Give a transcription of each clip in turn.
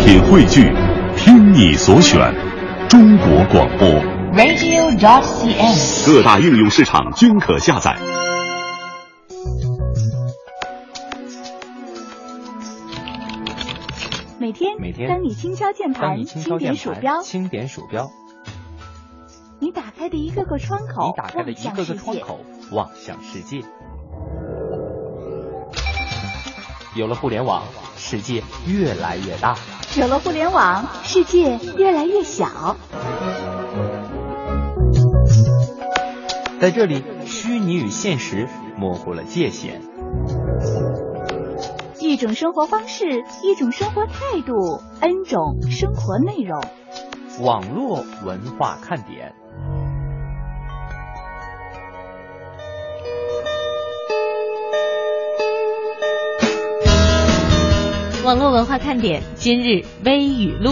品汇聚，听你所选，中国广播 radio.cn， 各大应用市场均可下载。 每天，当你轻敲键盘，轻点鼠标，你打开的一个个窗口， 望向世界。有了互联网，世界越来越大； 有了互联网，世界越来越小。 在这里，虚拟与现实模糊了界限。 一种生活方式，一种生活态度，N 种生活内容。 网络文化看点。 网络文化看点，今日微语录。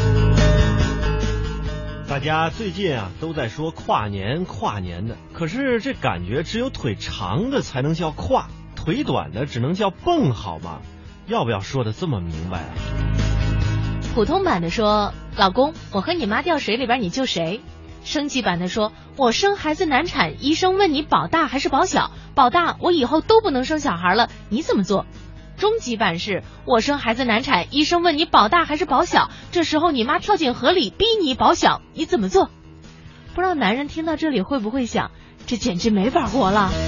大家最近都在说跨年的，可是这感觉只有腿长的才能叫跨，腿短的只能叫蹦，好吗？要不要说的这么明白啊？ 普通版的说，老公，我和你妈掉水里边，你救谁？升级版的说，我生孩子难产，医生问你保大还是保小？保大，我以后都不能生小孩了，你怎么做？终极版是，我生孩子难产，医生问你保大还是保小？这时候你妈跳进河里逼你保小，你怎么做？不知道男人听到这里会不会想，这简直没法活了。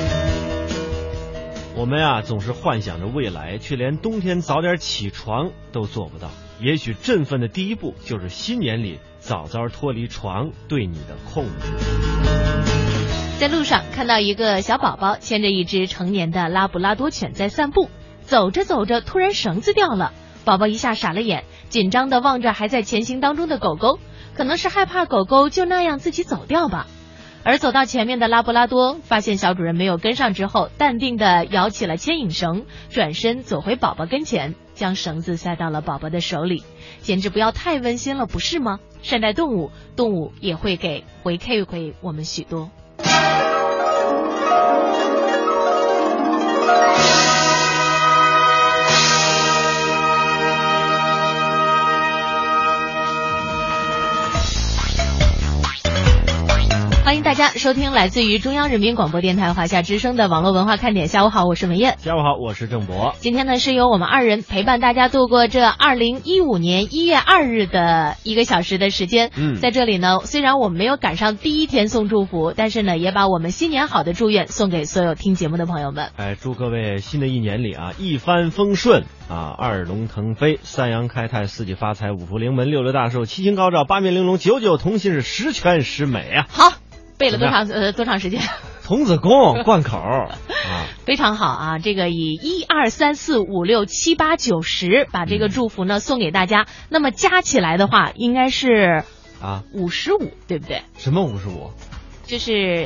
我们总是幻想着未来，却连冬天早点起床都做不到。也许振奋的第一步就是新年里早早脱离床对你的控制。 在路上看到一个小宝宝牵着一只成年的拉布拉多犬在散步，走着走着突然绳子掉了，宝宝一下傻了眼，紧张地望着还在前行当中的狗狗，可能是害怕狗狗就那样自己走掉吧。而走到前面的拉布拉多发现小主人没有跟上之后，淡定地摇起了牵引绳，转身走回宝宝跟前，将绳子塞到了宝宝的手里。简直不要太温馨了，不是吗？善待动物，动物也会回馈我们许多。欢迎大家收听来自于中央人民广播电台华夏之声的网络文化看点。下午好，我是文艳。 下午好，我是郑博。 今天呢，是由我们二人陪伴大家度过这2015年1月2日的1个小时的时间。在这里呢，虽然我们没有赶上第一天送祝福，但是呢，也把我们新年好的祝愿送给所有听节目的朋友们。 祝各位新的一年里一帆风顺二龙腾飞，三阳开泰，四季发财，五福临门，六六大寿，七星高照，八面玲珑，九九同心，是十全十美啊！ 好。背了多长时间？ 童子功贯口非常好啊！这个以1、2、3、4、5、6、7、8、9、10把这个祝福呢送给大家，那么加起来的话应该是55，对不对？ 什么55？ 就是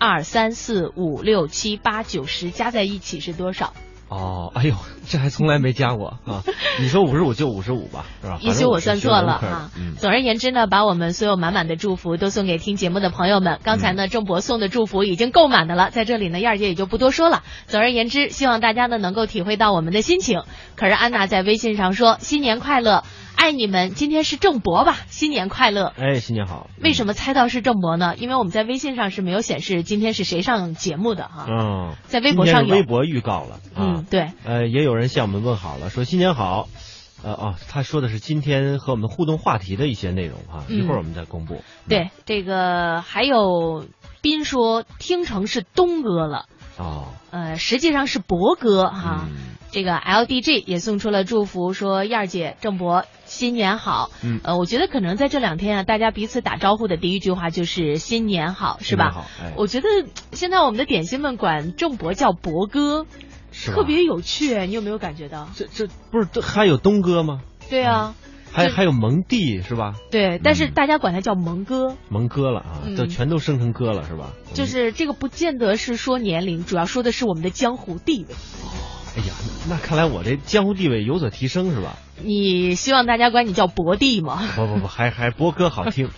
1、2、3、4、5、6、7、8、9、10加在一起是多少？ 哎呦，这还从来没加过你说55就55吧，是吧？ 也许我算错了总而言之呢，把我们所有满满的祝福都送给听节目的朋友们。刚才呢，郑博送的祝福已经够满的了，在这里呢，燕儿姐也就不多说了。总而言之，希望大家呢能够体会到我们的心情。可是安娜在微信上说：“新年快乐，爱你们。”今天是郑博吧？新年快乐！ 新年好。 为什么猜到是郑博呢？因为我们在微信上是没有显示今天是谁上节目的在微博上有。 微博预告了对。 也有人向我们问好了，说新年好。他说的是今天和我们互动话题的一些内容一会儿我们再公布。 对，这个还有斌说听成是东哥了实际上是博哥这个 LDG 也送出了祝福，说燕儿姐、郑博新年好。我觉得可能在这2天大家彼此打招呼的第一句话就是新年好，是吧？我觉得现在我们的点心们管郑博叫博哥，特别有趣，你有没有感觉到？ 这不是还有东哥吗？ 对啊， 还有蒙弟是吧？ 对，但是大家管他叫蒙哥。 蒙哥了都全都升成哥了是吧？ 就是这个不见得是说年龄，主要说的是我们的江湖地位。 哎呀，那看来我这江湖地位有所提升是吧？ 你希望大家管你叫博弟吗？ 不，还博哥好听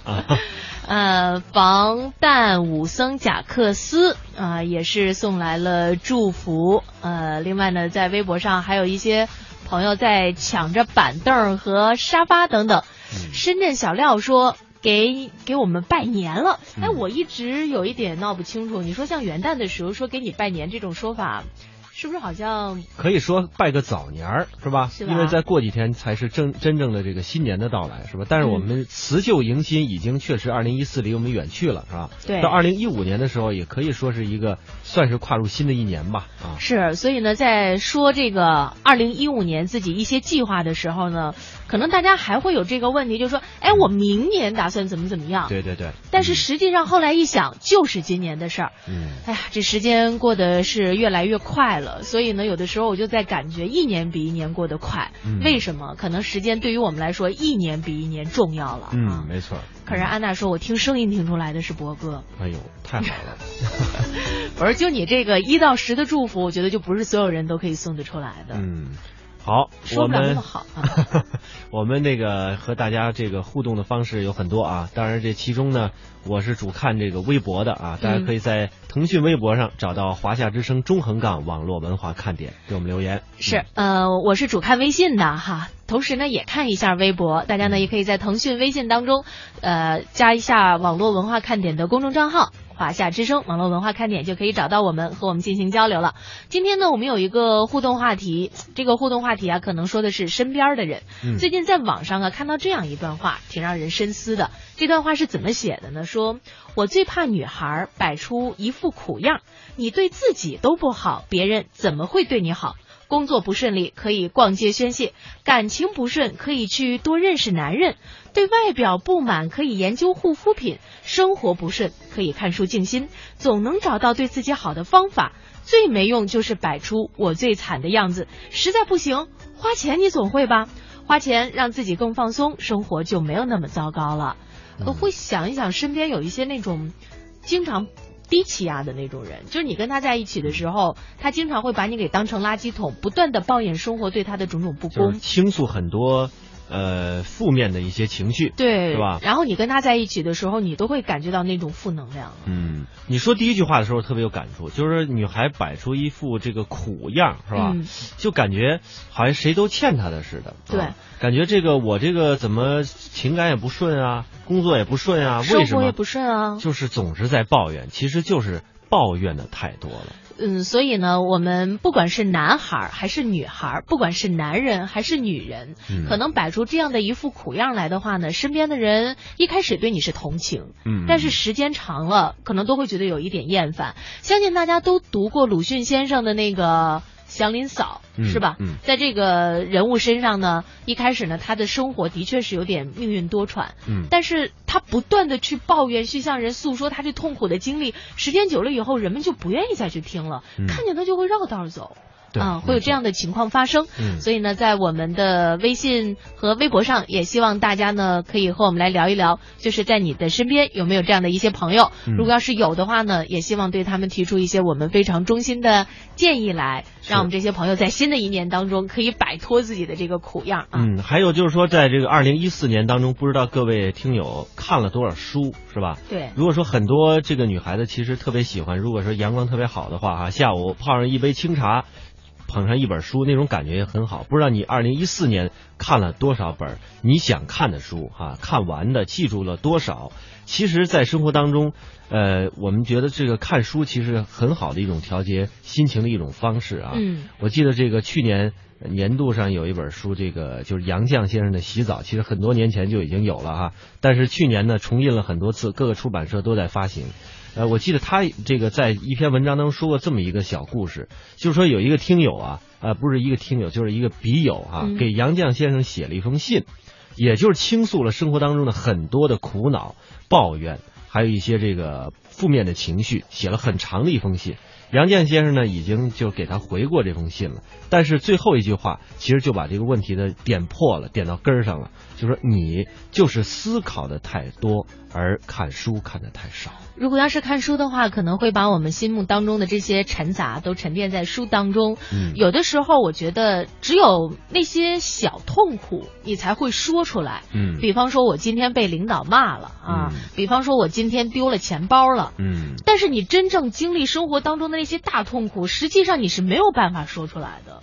防弹武僧贾克斯也是送来了祝福。另外呢，在微博上还有一些朋友在抢着板凳和沙发等等。深圳小廖说给我们拜年了，哎，我一直有一点闹不清楚，你说像元旦的时候说给你拜年这种说法，是不是好像可以说拜个早年儿，是吧？因为再过几天才是真正的这个新年的到来，是吧？但是我们辞旧迎新已经确实2014离我们远去了，是吧？ 对。 到2015年的时候，也可以说是一个算是跨入新的一年吧，啊。 是，所以呢，在说这个2015年自己一些计划的时候呢，可能大家还会有这个问题，就是说，哎，我明年打算怎么样？ 对对对。 但是实际上后来一想，就是今年的事儿。哎呀，这时间过得是越来越快了，所以呢，有的时候我就在感觉一年比一年过得快。为什么？可能时间对于我们来说，一年比一年重要了。 没错。 可是安娜说，我听声音听出来的是博哥。 哎呦，太好了！ 我说，就你这个1到10的祝福，我觉得就不是所有人都可以送得出来的。 好， 说不了那么好啊。我们那个和大家这个互动的方式有很多啊，当然这其中呢，我是主看这个微博的啊，大家可以在腾讯微博上找到华夏之声中横网络文化看点，给我们留言。 是，我是主看微信的哈，同时呢也看一下微博，大家呢也可以在腾讯微信当中，加一下网络文化看点的公众账号。华夏之声网络文化看点就可以找到我们，和我们进行交流了。今天呢，我们有一个互动话题，这个互动话题啊，可能说的是身边的人。最近在网上啊看到这样一段话，挺让人深思的。这段话是怎么写的呢？说我最怕女孩摆出一副苦样，你对自己都不好，别人怎么会对你好？工作不顺利可以逛街宣泄，感情不顺可以去多认识男人，对外表不满可以研究护肤品，生活不顺可以看书静心，总能找到对自己好的方法。最没用就是摆出我最惨的样子，实在不行花钱你总会吧，花钱让自己更放松，生活就没有那么糟糕了。会想一想身边有一些那种经常低气压的那种人，就是你跟他在一起的时候，他经常会把你给当成垃圾桶，不断的抱怨生活对他的种种不公， 就是倾诉很多负面的一些情绪， 对， 是吧？ 然后你跟他在一起的时候，你都会感觉到那种负能量。 你说第一句话的时候特别有感触，就是女孩摆出一副这个苦样，是吧？就感觉好像谁都欠她的似的。 对， 感觉这个我这个怎么情感也不顺啊，工作也不顺啊，为什么生活也不顺啊？ 就是总是在抱怨，其实就是抱怨的太多了。 所以呢，我们不管是男孩还是女孩，不管是男人还是女人，可能摆出这样的一副苦样来的话呢，身边的人一开始对你是同情，但是时间长了，可能都会觉得有一点厌烦。相信大家都读过鲁迅先生的那个祥林嫂，是吧？在这个人物身上呢，一开始呢，他的生活的确是有点命运多舛，但是他不断的去抱怨，去向人诉说他这痛苦的经历，时间久了以后，人们就不愿意再去听了，看见他就会绕道走。会有这样的情况发生。所以呢，在我们的微信和微博上，也希望大家呢可以和我们来聊一聊，就是在你的身边有没有这样的一些朋友，如果要是有的话呢，也希望对他们提出一些我们非常衷心的建议来，让我们这些朋友在新的一年当中可以摆脱自己的这个苦样啊。 还有就是说，在这个2014年当中，不知道各位听友看了多少书，是吧？ 对。 如果说很多这个女孩子其实特别喜欢，如果说阳光特别好的话下午泡上一杯清茶，捧上一本书，那种感觉也很好。不知道你2014年看了多少本你想看的书看完的记住了多少。其实在生活当中我们觉得这个看书其实很好的一种调节心情的一种方式啊。我记得这个去年年度上有一本书，这个就是杨绛先生的洗澡，其实很多年前就已经有了但是去年呢重印了很多次，各个出版社都在发行。我记得他这个在一篇文章当中说过这么一个小故事，就是说有一个听友不是一个听友，就是一个笔友给杨绛先生写了一封信，也就是倾诉了生活当中的很多的苦恼、抱怨，还有一些这个负面的情绪，写了很长的一封信。杨绛先生呢已经就给他回过这封信了，但是最后一句话其实就把这个问题的点破了，点到根儿上了，就说你就是思考的太多，而看书看得太少。 如果要是看书的话，可能会把我们心目当中的这些沉杂都沉淀在书当中。有的时候我觉得只有那些小痛苦你才会说出来。比方说我今天被领导骂了比方说我今天丢了钱包了。但是你真正经历生活当中的那些大痛苦，实际上你是没有办法说出来的。 对。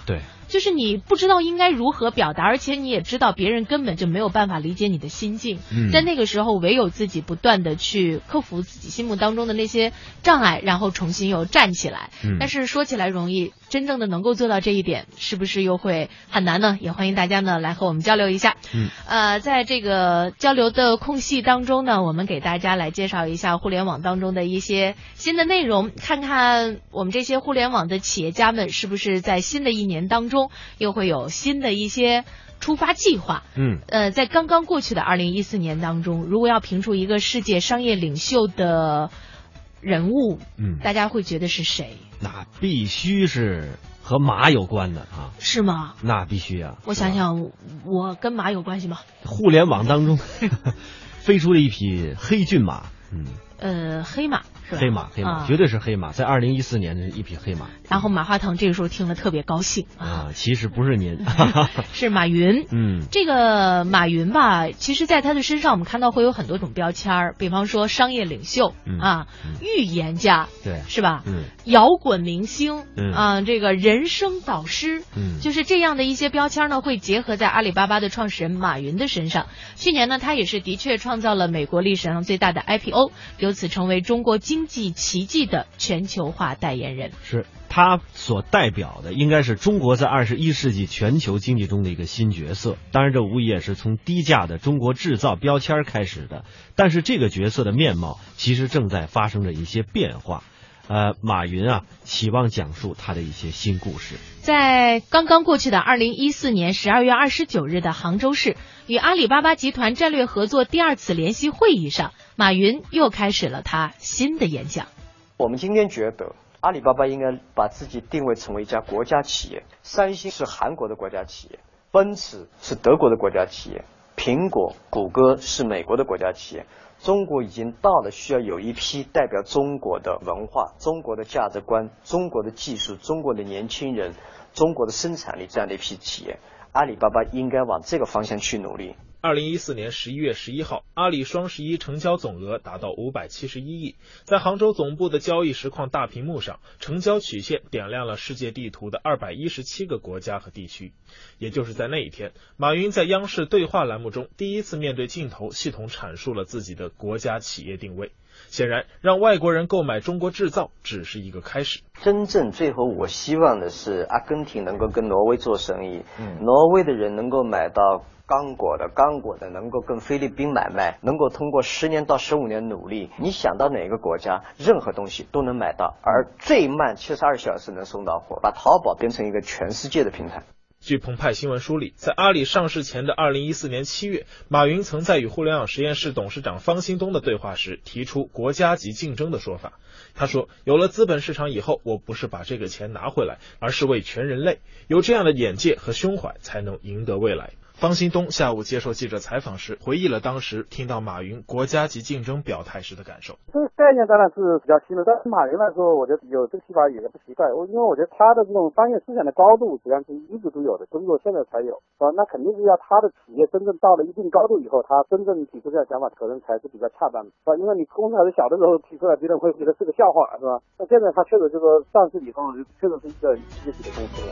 就是你不知道应该如何表达，而且你也知道别人根本就没有办法理解你的心境。在那个时候，唯有自己不断的去克服自己心目当中的那些障碍，然后重新又站起来。但是说起来容易，真正的能够做到这一点，是不是又会很难呢？也欢迎大家呢来和我们交流一下。在这个交流的空隙当中呢，我们给大家来介绍一下互联网当中的一些新的内容，看看我们这些互联网的企业家们是不是在新的一年当中又会有新的一些出发计划。在刚刚过去的2014年当中，如果要评出一个世界商业领袖的人物，大家会觉得是谁？ 那必须是和马有关的啊。 是吗？ 那必须啊。 我想想，我跟马有关系吗？ 互联网当中飞出了一匹黑骏马。 黑马是吧？ 黑马，绝对是黑马，在2014年的一匹黑马。 然后马化腾这个时候听了特别高兴其实不是您， 是马云。这个马云吧，其实在他的身上我们看到会有很多种标签儿，比方说商业领袖预言家，对，是吧？摇滚明星这个人生导师，就是这样的一些标签呢，会结合在阿里巴巴的创始人马云的身上。去年呢，他也是的确创造了美国历史上最大的 IPO， 由此成为中国经济奇迹的全球化代言人。 是他所代表的应该是中国在21世纪全球经济中的一个新角色，当然这无疑也是从低价的中国制造标签开始的，但是这个角色的面貌其实正在发生着一些变化。马云期望讲述他的一些新故事。 在刚刚过去的2014年12月29日的杭州市与阿里巴巴集团战略合作第2次联席会议上，马云又开始了他新的演讲。 我们今天觉得阿里巴巴应该把自己定位成为一家国家企业，三星是韩国的国家企业，奔驰是德国的国家企业，苹果、谷歌是美国的国家企业。中国已经到了需要有一批代表中国的文化、中国的价值观、中国的技术、中国的年轻人、中国的生产力这样的一批企业，阿里巴巴应该往这个方向去努力。 2014年11月11号，阿里双11成交总额达到571亿。在杭州总部的交易实况大屏幕上，成交曲线点亮了世界地图的217个国家和地区。也就是在那一天，马云在央视对话栏目中第一次面对镜头，系统阐述了自己的国家企业定位。显然，让外国人购买中国制造只是一个开始。 真正最后我希望的是阿根廷能够跟挪威做生意，挪威的人能够买到刚果的能够跟菲律宾买卖，能够通过10年到15年努力，你想到哪个国家任何东西都能买到，而最慢72小时能送到货，把淘宝变成一个全世界的平台。 据澎湃新闻梳理，在阿里上市前的2014年7月，马云曾在与互联网实验室董事长方兴东的对话时提出国家级竞争的说法。他说，有了资本市场以后，我不是把这个钱拿回来，而是为全人类，有这样的眼界和胸怀才能赢得未来。方兴东下午接受记者采访时回忆了当时听到马云国家级竞争表态时的感受。 这个概念当然是比较新的，但是马云来说，我觉得有这个提法也不奇怪。因为我觉得他的这种商业思想的高度实际上是一直都有的，中国现在才有，那肯定是要他的企业真正到了一定高度以后，他真正提出这样想法可能才是比较恰当的，因为你公司还是小的时候提出来，别人会觉得是个笑话，是吧？那现在他确实这个上市以后，确实是一个业绩的公司了。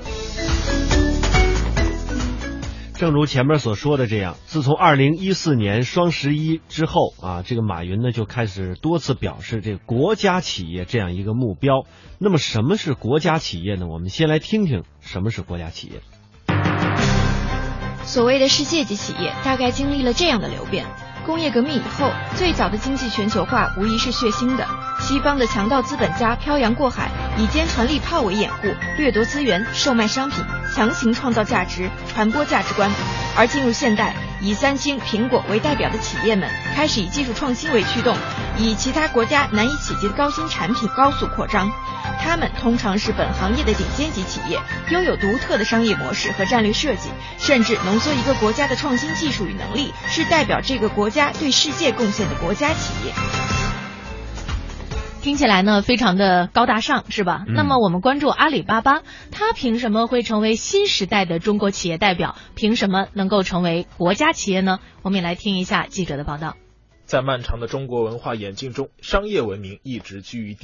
正如前面所说的这样，自从2014年双11之后这个马云呢就开始多次表示这个国家企业这样一个目标。那么什么是国家企业呢？我们先来听听什么是国家企业。 所谓的世界级企业大概经历了这样的流变。工业革命以后，最早的经济全球化无疑是血腥的，西方的强盗资本家漂洋过海，以坚船利炮为掩护，掠夺资源，售卖商品，强行创造价值，传播价值观。而进入现代，以三星、苹果为代表的企业们开始以技术创新为驱动，以其他国家难以企及的高新产品高速扩张。他们通常是本行业的顶尖级企业，拥有独特的商业模式和战略设计，甚至浓缩一个国家的创新技术与能力，是代表这个国家对世界贡献的国家企业。 听起来呢非常的高大上，是吧？那么我们关注阿里巴巴，它凭什么会成为新时代的中国企业代表？凭什么能够成为国家企业呢？我们也来听一下记者的报道。 在漫长的中国文化演进中，商业文明一直居于低位。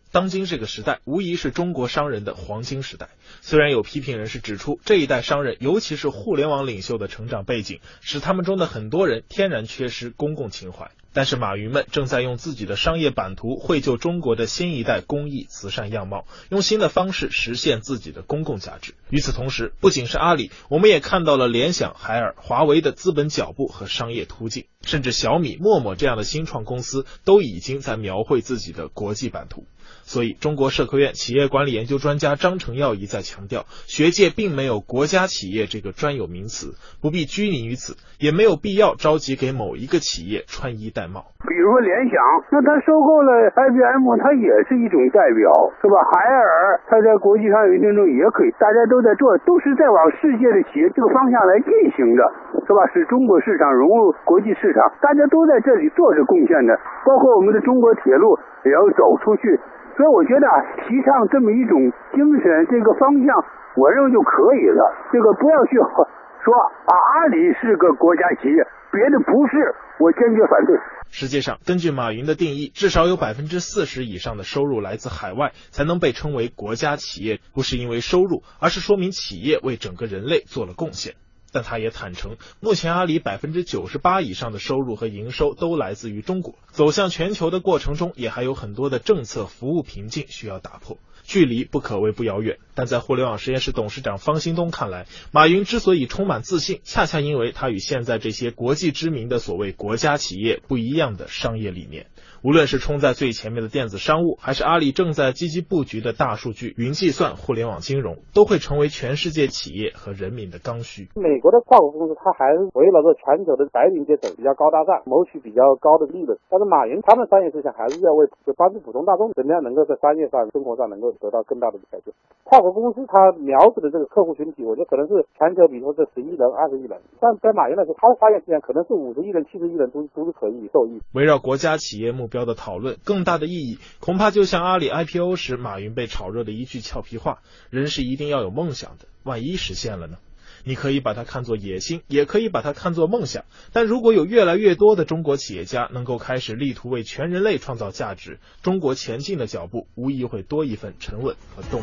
当今这个时代无疑是中国商人的黄金时代。虽然有批评人士指出，这一代商人尤其是互联网领袖的成长背景使他们中的很多人天然缺失公共情怀，但是马云们正在用自己的商业版图绘就中国的新一代公益慈善样貌，用新的方式实现自己的公共价值。与此同时，不仅是阿里，我们也看到了联想、海尔、华为的资本脚步和商业途径，甚至小米、陌陌这样的新创公司都已经在描绘自己的国际版图。所以中国社科院企业管理研究专家张成耀一再强调，学界并没有国家企业这个专有名词，不必拘泥于此，也没有必要着急给某一个企业穿衣戴帽。 比如说联想，那他收购了 IBM， 它也是一种代表，是吧？海尔，它在国际上有竞争也可以，大家都在做，都是在往世界的企业这个方向来进行的，是吧？使中国市场融入国际市场，大家都在这里做着贡献的，包括我们的中国铁路也要走出去。所以我觉得提倡这么一种精神，这个方向我认为就可以了。这个不要去说阿里是个国家企业，别的不是，我坚决反对。 实际上，根据马云的定义，至少有40%以上的收入来自海外，才能被称为国家企业，不是因为收入，而是说明企业为整个人类做了贡献。但他也坦诚，目前阿里98%以上的收入和营收都来自于中国，走向全球的过程中也还有很多的政策服务瓶颈需要打破，距离不可谓不遥远。但在互联网实验室董事长方兴东看来，马云之所以充满自信，恰恰因为他与现在这些国际知名的所谓国家企业不一样的商业理念。无论是冲在最前面的电子商务，还是阿里正在积极布局的大数据、云计算、互联网金融，都会成为全世界企业和人民的刚需。 美国的跨国公司，它还是围绕着全球的白领阶层比较高大上，谋取比较高的利润。但是马云他们商业思想还是要帮助普通大众，怎么样能够在商业上、生活上能够得到更大的改变。跨国公司它瞄准的这个客户群体，我觉得可能是全球，比如说这10亿人、20亿人，但在马云来说，他的商业思想可能是50亿人、70亿人都是可以受益。 围绕国家企业目标的讨论，更大的意义恐怕就像阿里 IPO 时马云被炒热的一句俏皮话：人是一定要有梦想的，万一实现了呢？你可以把它看作野心，也可以把它看作梦想，但如果有越来越多的中国企业家能够开始力图为全人类创造价值，中国前进的脚步无疑会多一份沉稳和动力。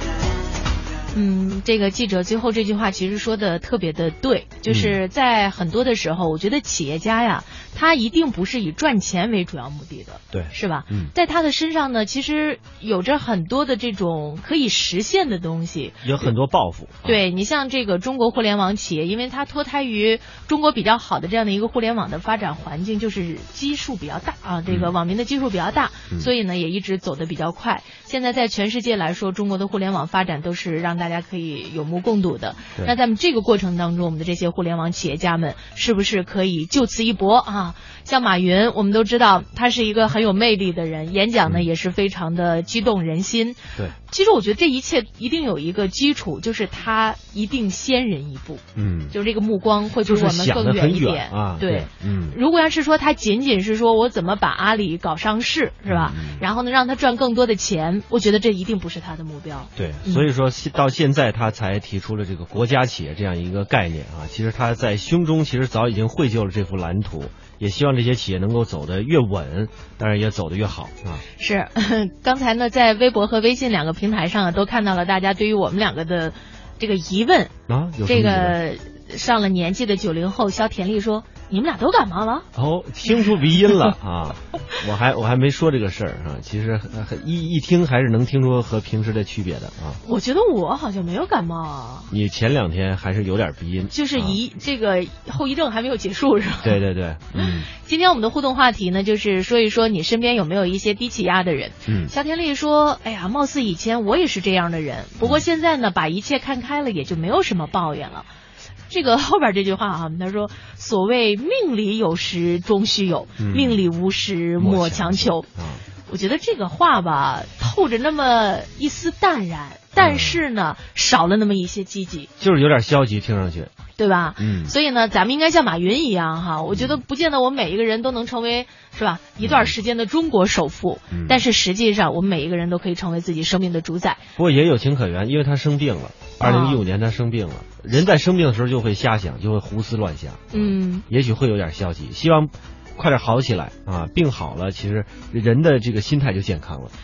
这个记者最后这句话其实说的特别的对，就是在很多的时候，我觉得企业家呀，他一定不是以赚钱为主要目的的， 对， 是吧？在他的身上呢，其实有着很多的这种可以实现的东西， 有很多抱负。 对，你像这个中国互联网企业，因为它脱胎于中国比较好的这样的一个互联网的发展环境，就是基数比较大啊，这个网民的基数比较大，所以呢也一直走得比较快。现在在全世界来说，中国的互联网发展都是让大家可以有目共睹的。那在这个过程当中，我们的这些互联网企业家们是不是可以就此一搏啊？像马云，我们都知道他是一个很有魅力的人，演讲呢也是非常的激动人心。 对， 其实我觉得这一切一定有一个基础，就是他一定先人一步。就是这个目光会比我们更远一点啊。 对，如果要是说他仅仅是说我怎么把阿里搞上市，是吧？然后呢让他赚更多的钱，我觉得这一定不是他的目标。 对，所以说到现在他才提出了这个国家企业这样一个概念啊。其实他在胸中其实早已经绘就了这幅蓝图，也希望这些企业能够走得越稳，当然也走得越好啊。 是，刚才呢在微博和微信两个平台上都看到了大家对于我们两个的这个疑问啊。 这个上了年纪的90后肖田丽说：“你们俩都感冒了？” 哦，听出鼻音了啊！我还没说这个事儿啊，其实一听还是能听出和平时的区别的啊。 我觉得我好像没有感冒啊。 你前2天还是有点鼻音， 就是这个后遗症还没有结束是吧？ 对对对， 今天我们的互动话题呢，就是说一说你身边有没有一些低气压的人。肖田丽说：“哎呀，貌似以前我也是这样的人，不过现在呢，把一切看开了，也就没有什么抱怨了。”这个后边这句话啊，他说：“所谓命里有时终须有，命里无时莫强求。”我觉得这个话吧，透着那么一丝淡然，但是呢，少了那么一些积极， 就是有点消极，听上去， 对吧？所以呢，咱们应该像马云一样哈，我觉得不见得我们每一个人都能成为是吧一段时间的中国首富，但是实际上我们每一个人都可以成为自己生命的主宰。 不过也有情可原，因为他生病了，2015年他生病了，人在生病的时候就会瞎想，就会胡思乱想，也许会有点消极，希望快点好起来啊！病好了，其实人的这个心态就健康了。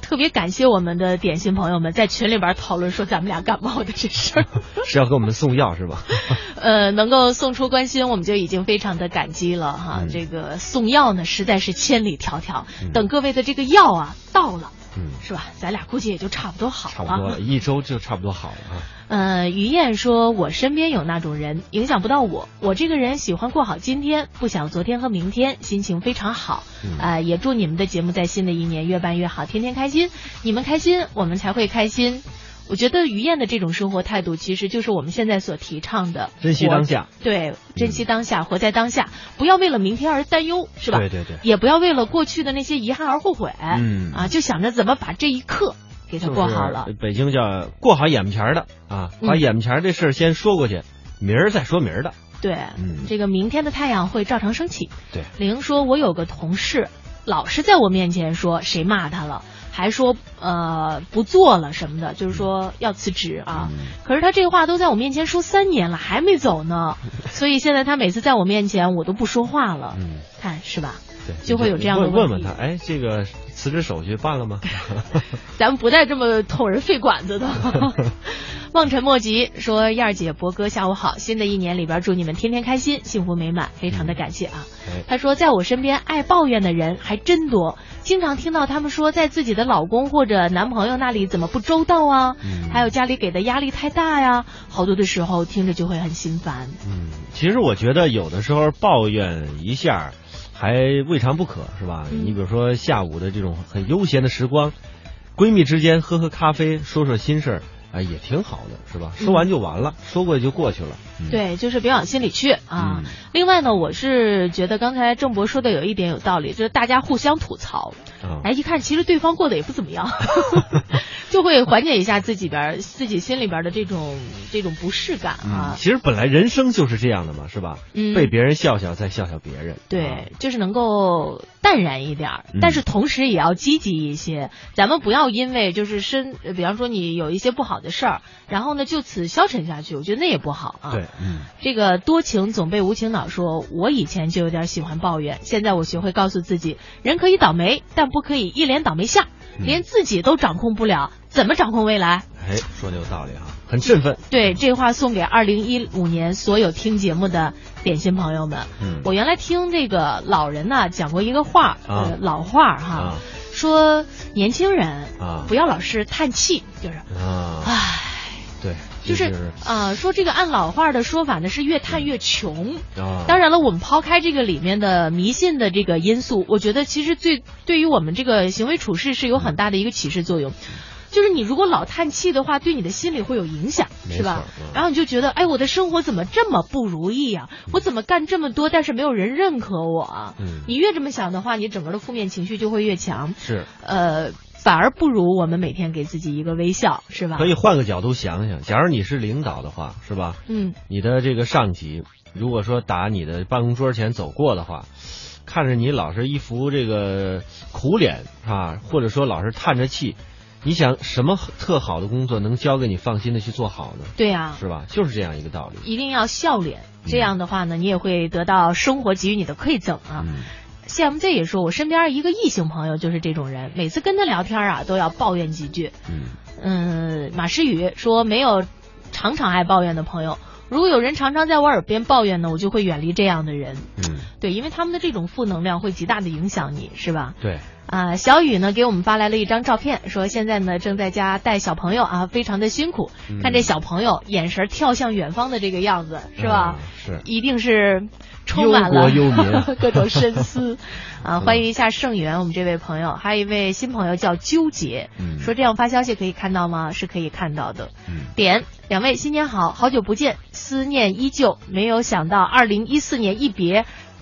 特别感谢我们的点心朋友们在群里边讨论说咱们俩感冒的这事儿， 是要给我们送药是吧？ 能够送出关心，我们就已经非常的感激了哈。这个送药呢，实在是千里迢迢，等各位的这个药啊到了，是吧？咱俩估计也就差不多好了， 差不多了，1周就差不多好了啊。 于燕说，我身边有那种人，影响不到我。我这个人喜欢过好今天，不想昨天和明天，心情非常好。也祝你们的节目在新的一年越办越好，天天开心。你们开心，我们才会开心。我觉得于燕的这种生活态度，其实就是我们现在所提倡的珍惜当下。 对，珍惜当下，活在当下，不要为了明天而担忧，是吧？ 对对对。 也不要为了过去的那些遗憾而后悔。就想着怎么把这一刻给它过好了。 北京叫过好眼前的啊，把眼前这事先说过去，明儿再说明儿的。 对，这个明天的太阳会照常升起。 对， 玲说，我有个同事，老是在我面前说谁骂他了。还说不做了什么的，就是说要辞职啊。可是他这话都在我面前说3年了，还没走呢。所以现在他每次在我面前，我都不说话了。看是吧？ 对， 就会有这样的问题。 问问他，哎，这个辞职手续办了吗？ 咱们不带这么捅人肺管子的。望尘莫及说，燕儿姐、博哥下午好，新的一年里边祝你们天天开心，幸福美满，非常的感谢啊。他说，在我身边爱抱怨的人还真多，经常听到他们说在自己的老公或者男朋友那里怎么不周到啊，还有家里给的压力太大呀，好多的时候听着就会很心烦。 其实我觉得有的时候抱怨一下还未尝不可，是吧？你比如说下午的这种很悠闲的时光，闺蜜之间喝喝咖啡，说说心事儿。也挺好的，是吧？说完就完了，说过去就过去了。 对，就是别往心里去啊。另外呢，我是觉得刚才郑博说的有一点有道理，就是大家互相吐槽，一看其实对方过得也不怎么样，就会缓解一下自己心里边的这种不适感啊。 其实本来人生就是这样的嘛，是吧？被别人笑笑，再笑笑别人。 对，就是能够淡然一点，但是同时也要积极一些。咱们不要因为就是比方说你有一些不好的事儿，然后呢就此消沉下去，我觉得那也不好啊。 对， 这个多情总被无情恼说，我以前就有点喜欢抱怨，现在我学会告诉自己，人可以倒霉，但不可以一脸倒霉相，连自己都掌控不了，怎么掌控未来？ 说的有道理啊，很振奋。 对，这话送给2015年所有听节目的点心朋友们。我原来听这个老人呢讲过一个话，老话哈。说年轻人不要老是叹气，就是唉， 对， 就是说这个按老话的说法呢是越叹越穷。当然了，我们抛开这个里面的迷信的这个因素，我觉得其实对于我们这个行为处事是有很大的一个启示作用。就是你如果老叹气的话，对你的心理会有影响，是吧？然后你就觉得，哎，我的生活怎么这么不如意啊？我怎么干这么多，但是没有人认可我啊？你越这么想的话，你整个的负面情绪就会越强。 是， 反而不如我们每天给自己一个微笑，是吧？ 可以换个角度想想，假如你是领导的话，是吧？你的这个上级，如果说打你的办公桌前走过的话，看着你老是一副这个苦脸啊，或者说老是叹着气。你想什么特好的工作能交给你放心的去做好呢？ 对啊， 是吧？就是这样一个道理。 一定要笑脸，这样的话呢，你也会得到生活给予你的馈赠啊。CMZ 也说，我身边一个异性朋友就是这种人，每次跟他聊天啊都要抱怨几句。马诗雨说，没有常常爱抱怨的朋友，如果有人常常在我耳边抱怨呢，我就会远离这样的人。对，因为他们的这种负能量会极大的影响你，是吧？ 对。 小雨呢给我们发来了一张照片，说现在呢正在家带小朋友啊，非常的辛苦。看这小朋友眼神跳向远方的这个样子，是吧？ 是， 一定是充满了忧国忧民各种深思欢迎一下盛元，我们这位朋友，还有一位新朋友叫纠结，说这样发消息可以看到吗？是可以看到的。点两位新年好，好久不见，思念依旧，没有想到2014年一别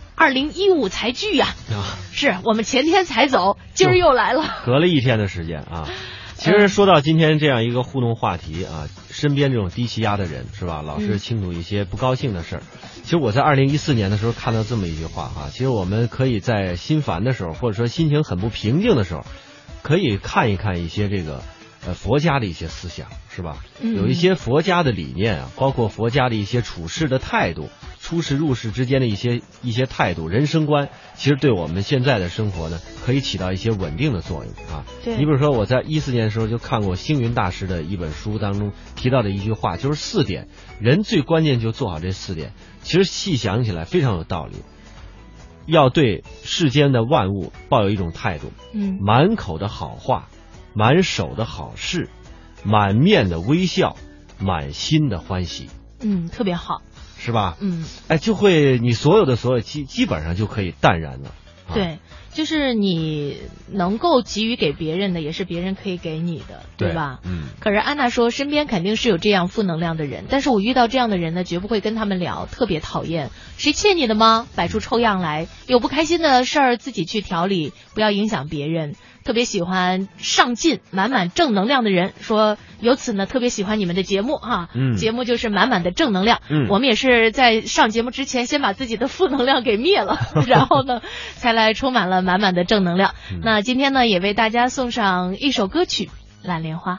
，2015才聚呀！是我们前天才走，今儿又来了， 隔了1天的时间啊。其实说到今天这样一个互动话题啊，身边这种低气压的人是吧，老是倾吐一些不高兴的事儿。其实我在2014年的时候看到这么一句话哈，其实我们可以在心烦的时候，或者说心情很不平静的时候，可以看一看一些这个佛家的一些思想，是吧？有一些佛家的理念啊，包括佛家的一些处事的态度， 出世入世之间的一些态度、人生观，其实对我们现在的生活呢，可以起到一些稳定的作用啊。 对， 你比如说我在14年的时候就看过星云大师的一本书当中提到的一句话，就是4点，人最关键就做好这4点。其实细想起来非常有道理，要对世间的万物抱有一种态度，满口的好话，满手的好事，满面的微笑，满心的欢喜。 特别好， 是吧？就会你所有基本上就可以淡然了。 对，就是你能够给予给别人的，也是别人可以给你的，对吧？可是安娜说，身边肯定是有这样负能量的人，但是我遇到这样的人呢，绝不会跟他们聊，特别讨厌。谁欠你的吗？摆出臭样来，有不开心的事儿自己去调理，不要影响别人。特别喜欢上进、满满正能量的人，说由此呢特别喜欢你们的节目哈，节目就是满满的正能量。我们也是在上节目之前先把自己的负能量给灭了，然后呢才来充满了满满的正能量。那今天呢也为大家送上一首歌曲《蓝莲花》。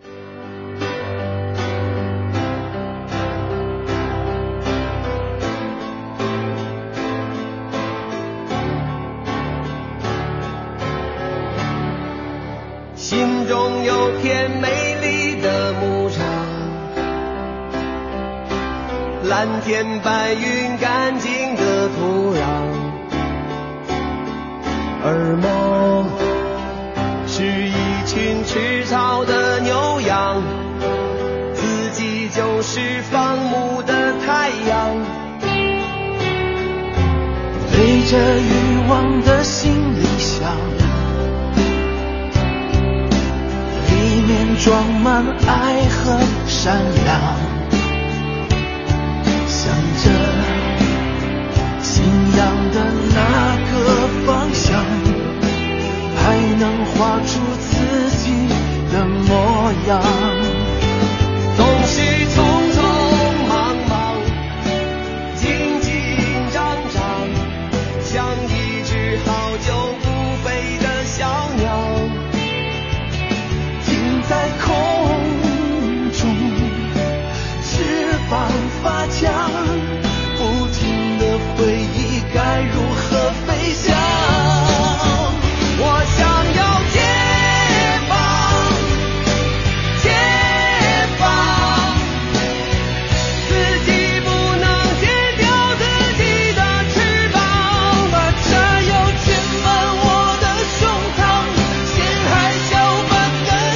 心中有片美丽的牧场，蓝天白云干净的土壤，而梦是一群吃草的牛羊，自己就是放牧的太阳，背着欲望的行李箱，里面装满爱和善良，向着信仰的那个方向，还能画出自己的模样。总是匆匆忙忙，紧紧张张，像一只好久不飞的小鸟，在空中翅膀发僵，不停的回忆该如何飞翔。我想要解放，解放，自己不能剪掉自己的翅膀，把柴油填满我的胸膛，陷害小般的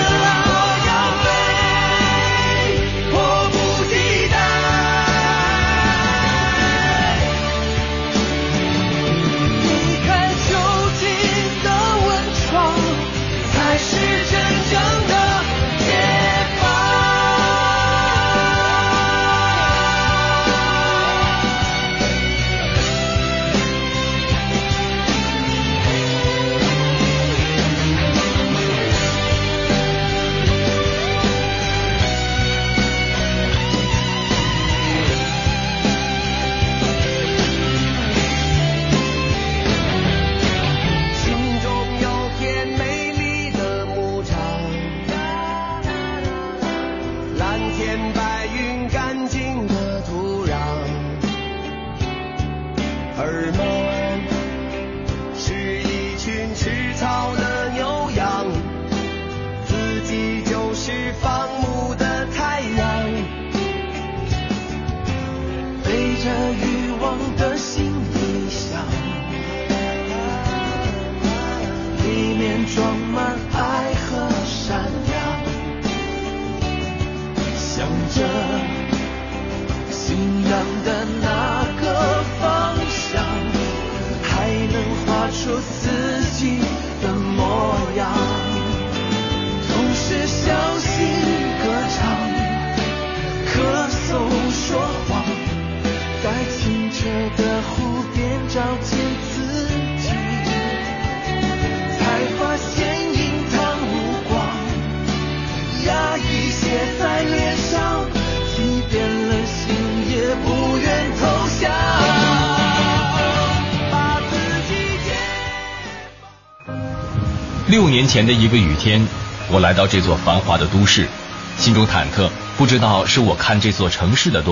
6年前的一个雨天，我来到这座繁华的都市，心中忐忑，不知道是我看这座城市的多，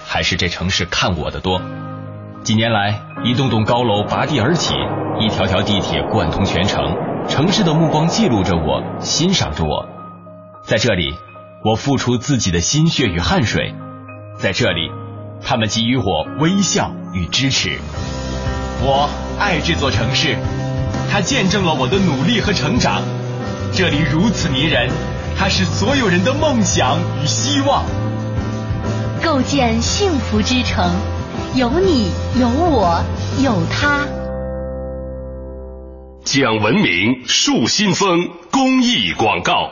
还是这城市看我的多？几年来，一栋栋高楼拔地而起，一条条地铁贯通全城，城市的目光记录着我，欣赏着我。在这里，我付出自己的心血与汗水，在这里，他们给予我微笑与支持。我爱这座城市，它见证了我的努力和成长。这里如此迷人，它是所有人的梦想与希望。 构建幸福之城，有你，有我，有他。 讲文明树新风公益广告。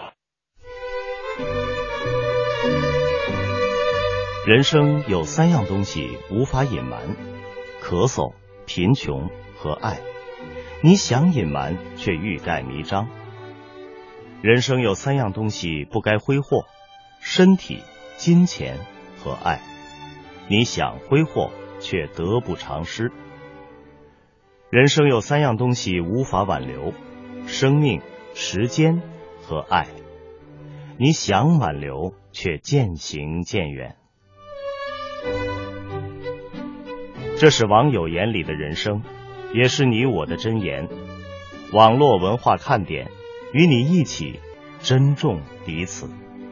人生有3样东西无法隐瞒：咳嗽、贫穷和爱。你想隐瞒，却欲盖弥彰。人生有3样东西不该挥霍：身体、金钱和爱。你想挥霍，却得不偿失。人生有3样东西无法挽留：生命、时间和爱。你想挽留，却渐行渐远。这是网友眼里的人生，也是你我的箴言。网络文化看点，与你一起珍重彼此。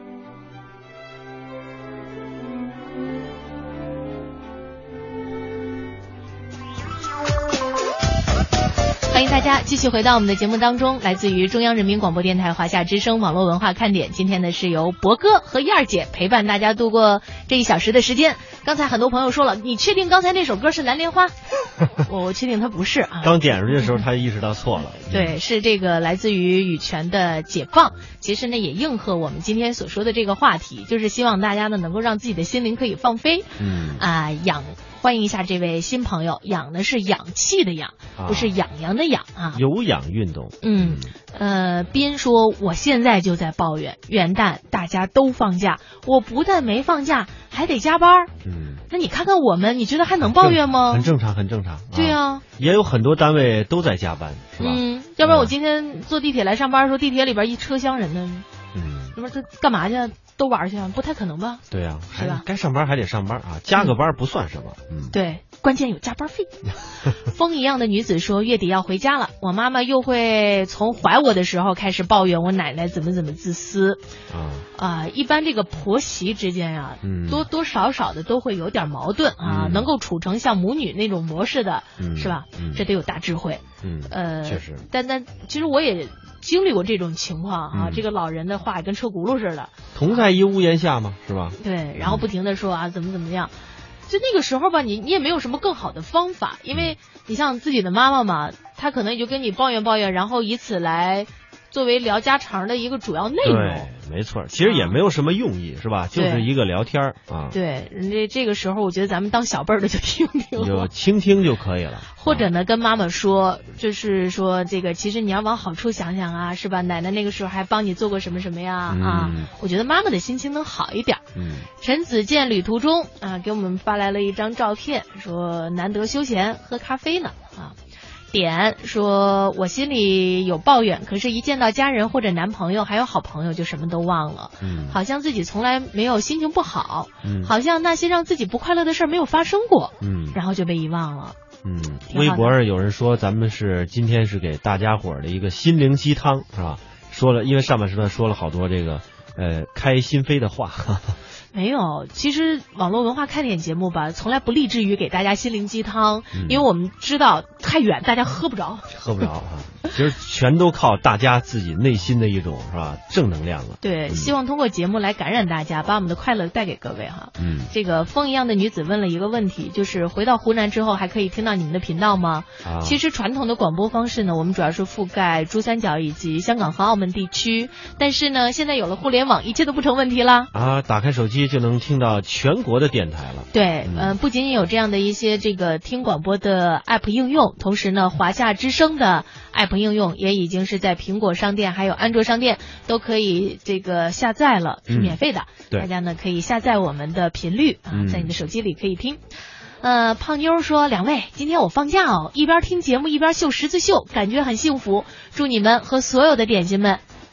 欢迎大家继续回到我们的节目当中，来自于中央人民广播电台华夏之声网络文化看点。今天呢是由博哥和燕儿姐陪伴大家度过这1小时的时间。刚才很多朋友说了，你确定刚才那首歌是蓝莲花？我确定它不是啊。 刚点出去的时候他意识到错了。 对，是这个来自于羽泉的解放。其实呢也应和我们今天所说的这个话题，就是希望大家呢能够让自己的心灵可以放飞。欢迎一下这位新朋友，氧呢是氧气的氧，不是痒痒的痒啊。 有氧运动。 斌说我现在就在抱怨，元旦大家都放假，我不但没放假，还得加班。那你看看我们，你觉得还能抱怨吗？ 很正常，很正常。 对啊， 也有很多单位都在加班，是吧？ 要不然我今天坐地铁来上班的时候，地铁里边一车厢人呢。那么这干嘛去？都玩去？不太可能吧？ 对啊， 是吧？ 该上班还得上班啊，加个班不算什么。 对，关键有加班费。风一样的女子说，月底要回家了，我妈妈又会从怀我的时候开始抱怨我奶奶怎么自私。一般这个婆媳之间啊，多多少少的都会有点矛盾啊，能够处成像母女那种模式的，是吧？这得有大智慧。 确实。 但其实我也经历过这种情况啊，这个老人的话跟车轱辘似的， 同在一屋檐下嘛，是吧？ 对，然后不停的说啊，怎么样，就那个时候吧，你也没有什么更好的方法，因为你像自己的妈妈嘛，她可能也就跟你抱怨，然后以此来作为聊家常的一个主要内容。 对，没错，其实也没有什么用意，是吧？就是一个聊天啊。 对，这个时候我觉得咱们当小辈儿的就听听， 就倾听就可以了。 或者呢，跟妈妈说，就是说这个，其实你要往好处想想啊，是吧？奶奶那个时候还帮你做过什么呀？我觉得妈妈的心情能好一点。陈子健旅途中给我们发来了一张照片，说难得休闲喝咖啡呢点说我心里有抱怨，可是一见到家人或者男朋友还有好朋友就什么都忘了。好像自己从来没有心情不好，好像那些让自己不快乐的事儿没有发生过，然后就被遗忘了。 微博上有人说咱们今天是给大家伙的一个心灵鸡汤，是吧？说了，因为上半时段说了好多这个开心扉的话。 没有，其实网络文化看点节目吧，从来不立志于给大家心灵鸡汤，因为我们知道太远，大家喝不着其实全都靠大家自己内心的一种是吧正能量了。 对，希望通过节目来感染大家，把我们的快乐带给各位哈。这个风一样的女子问了一个问题，就是回到湖南之后还可以听到你们的频道吗？其实传统的广播方式呢，我们主要是覆盖珠三角以及香港和澳门地区，但是呢，现在有了互联网，一切都不成问题啦。 打开手机就能听到全国的电台了。 对，不仅仅有这样的一些这个听广播的 app 应用，同时呢，华夏之声的 app 应用也已经是在苹果商店还有安卓商店都可以这个下载了，是免费的。大家呢可以下载我们的频率在你的手机里可以听。胖妞说，两位今天我放假一边听节目一边绣十字绣，感觉很幸福，祝你们和所有的点心们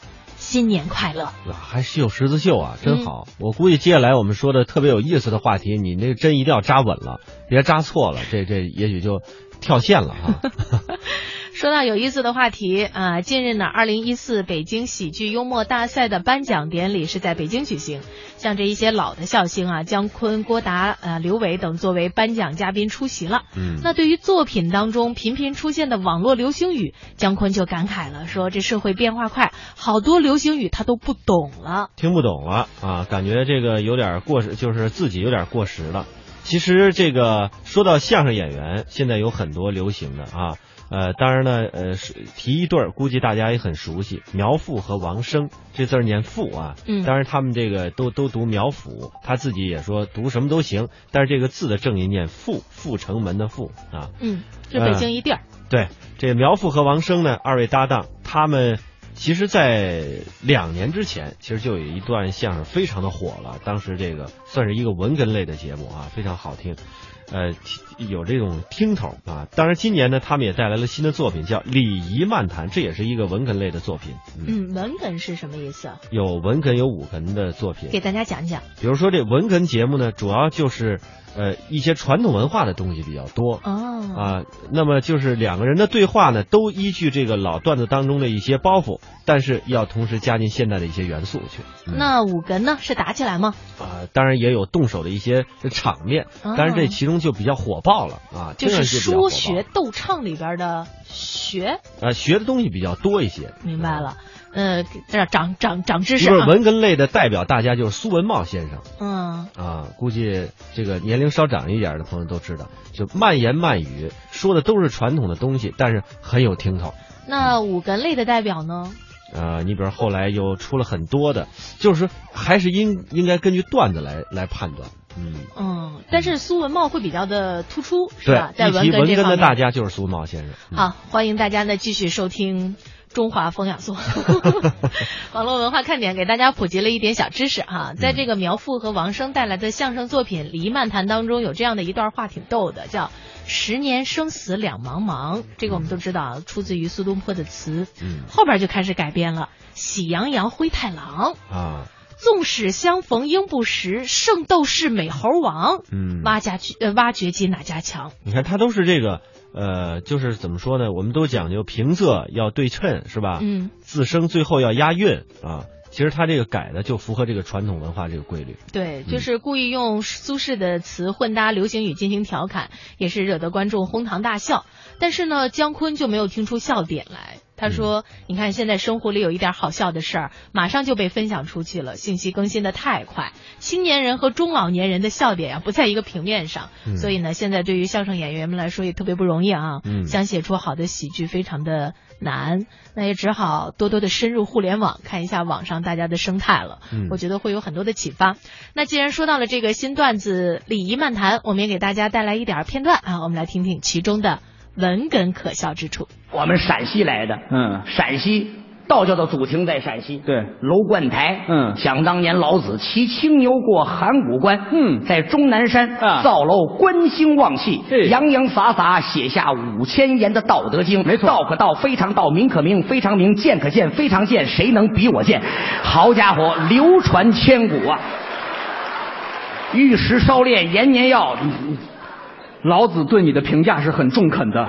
新年快乐。 还绣十字绣啊，真好。我估计接下来我们说的特别有意思的话题，你那个针一定要扎稳了，别扎错了，这也许就跳线了啊。 说到有意思的话题啊，近日呢，2014北京喜剧幽默大赛的颁奖典礼是在北京举行，像这一些老的笑星啊，姜昆、郭达、刘伟等作为颁奖嘉宾出席了。那对于作品当中频频出现的网络流行语，姜昆就感慨了，说这社会变化快，好多流行语他都不懂了， 听不懂了啊，感觉这个有点过时，就是自己有点过时了。其实这个说到相声演员，现在有很多流行的啊。当然呢，提一对儿，估计大家也很熟悉，苗阜和王声，这字儿念阜啊。当然他们这个都读苗阜，他自己也说读什么都行，但是这个字的正音念阜，阜成门的阜啊。 是北京一地儿。 对，这苗阜和王声呢，二位搭档，他们其实在2年之前，其实就有一段相声非常的火了，当时这个算是一个文哏类的节目啊，非常好听。有这种听头啊！当然，今年呢，他们也带来了新的作品，叫《礼仪漫谈》，这也是一个文哏类的作品。 文哏是什么意思啊？ 有文哏有武哏的作品， 给大家讲讲。 比如说这文哏节目呢，主要就是一些传统文化的东西比较多那么就是两个人的对话呢，都依据这个老段子当中的一些包袱，但是要同时加进现代的一些元素去。 那武哏呢，是打起来吗？ 当然也有动手的一些场面，但是这其中就比较火爆了啊， 就是说学逗唱里边的学学的东西比较多一些。 明白了。长知识啊！ 文哏类的代表大家就是苏文茂先生。估计这个年龄稍长一点的朋友都知道，就慢言慢语，说的都是传统的东西，但是很有听头。 那武哏类的代表呢？ 你比如后来又出了很多的，就是说还是应该根据段子来判断。 但是苏文茂会比较的突出，是吧？ 对， 在文哏这方面， 的大家就是苏文茂先生。 好，欢迎大家呢继续收听中华风雅颂网络文化看点，给大家普及了一点小知识哈。在这个苗阜和王声带来的相声作品《礼仪漫谈》当中，有这样的一段话挺逗的，叫10年生死两茫茫。这个我们都知道，出自于苏东坡的词。后边就开始改编了，喜羊羊灰太狼啊。纵使相逢应不识，圣斗士美猴王。挖掘机哪家强？ 你看他都是这个就是怎么说呢？我们都讲究平仄要对称，是吧？字声最后要押韵啊。其实他这个改的就符合这个传统文化这个规律。 对，就是故意用苏轼的词混搭流行语进行调侃，也是惹得观众哄堂大笑。但是呢，姜昆就没有听出笑点来。他说你看现在生活里有一点好笑的事儿，马上就被分享出去了，信息更新的太快，青年人和中老年人的笑点不在一个平面上。所以呢，现在对于相声演员们来说也特别不容易啊。想写出好的喜剧非常的难，那也只好多多的深入互联网，看一下网上大家的生态了。我觉得会有很多的启发。那既然说到了这个新段子礼仪漫谈，我们也给大家带来一点片段啊，我们来听听其中的文哏可笑之处。 我们陕西来的，陕西道教的祖庭在陕西，对，楼观台，想当年老子骑青牛过函谷关，在终南山造楼观星望气，洋洋洒洒写下5000言的道德经，没错，道可道，非常道，名可名，非常名，见可见，非常见，谁能比我见？好家伙，流传千古啊！玉石烧炼延年药，老子对你的评价是很中肯的。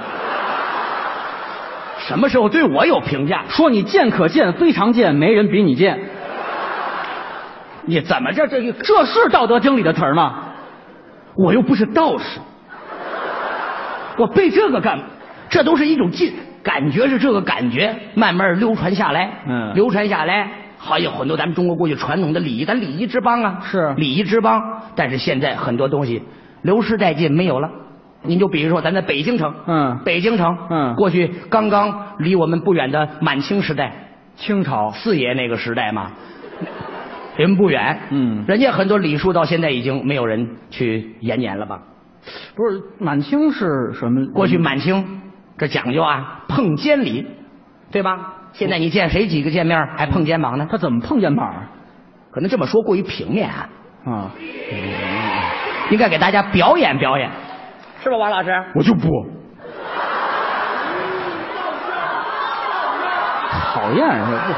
什么时候对我有评价？说你见可见，非常见，没人比你见。你怎么这是《道德经》里的词儿吗？我又不是道士，我背这个干嘛？这都是一种感觉，是这个感觉慢慢流传下来，流传下来，还有很多咱们中国过去传统的礼仪，咱礼仪之邦啊，是礼仪之邦。但是现在很多东西流失殆尽，没有了。您就比如说咱在北京城，北京城，过去刚刚离我们不远的满清时代，清朝四爷那个时代嘛，离我们不远，人家很多礼数到现在已经没有人去延年了吧？不是，满清是什么？过去满清这讲究啊，碰肩礼，对吧？现在你见谁几个见面还碰肩膀呢？他怎么碰肩膀？可能这么说过于平面啊，应该给大家表演表演。是吧，王老师？我就不讨厌是不好。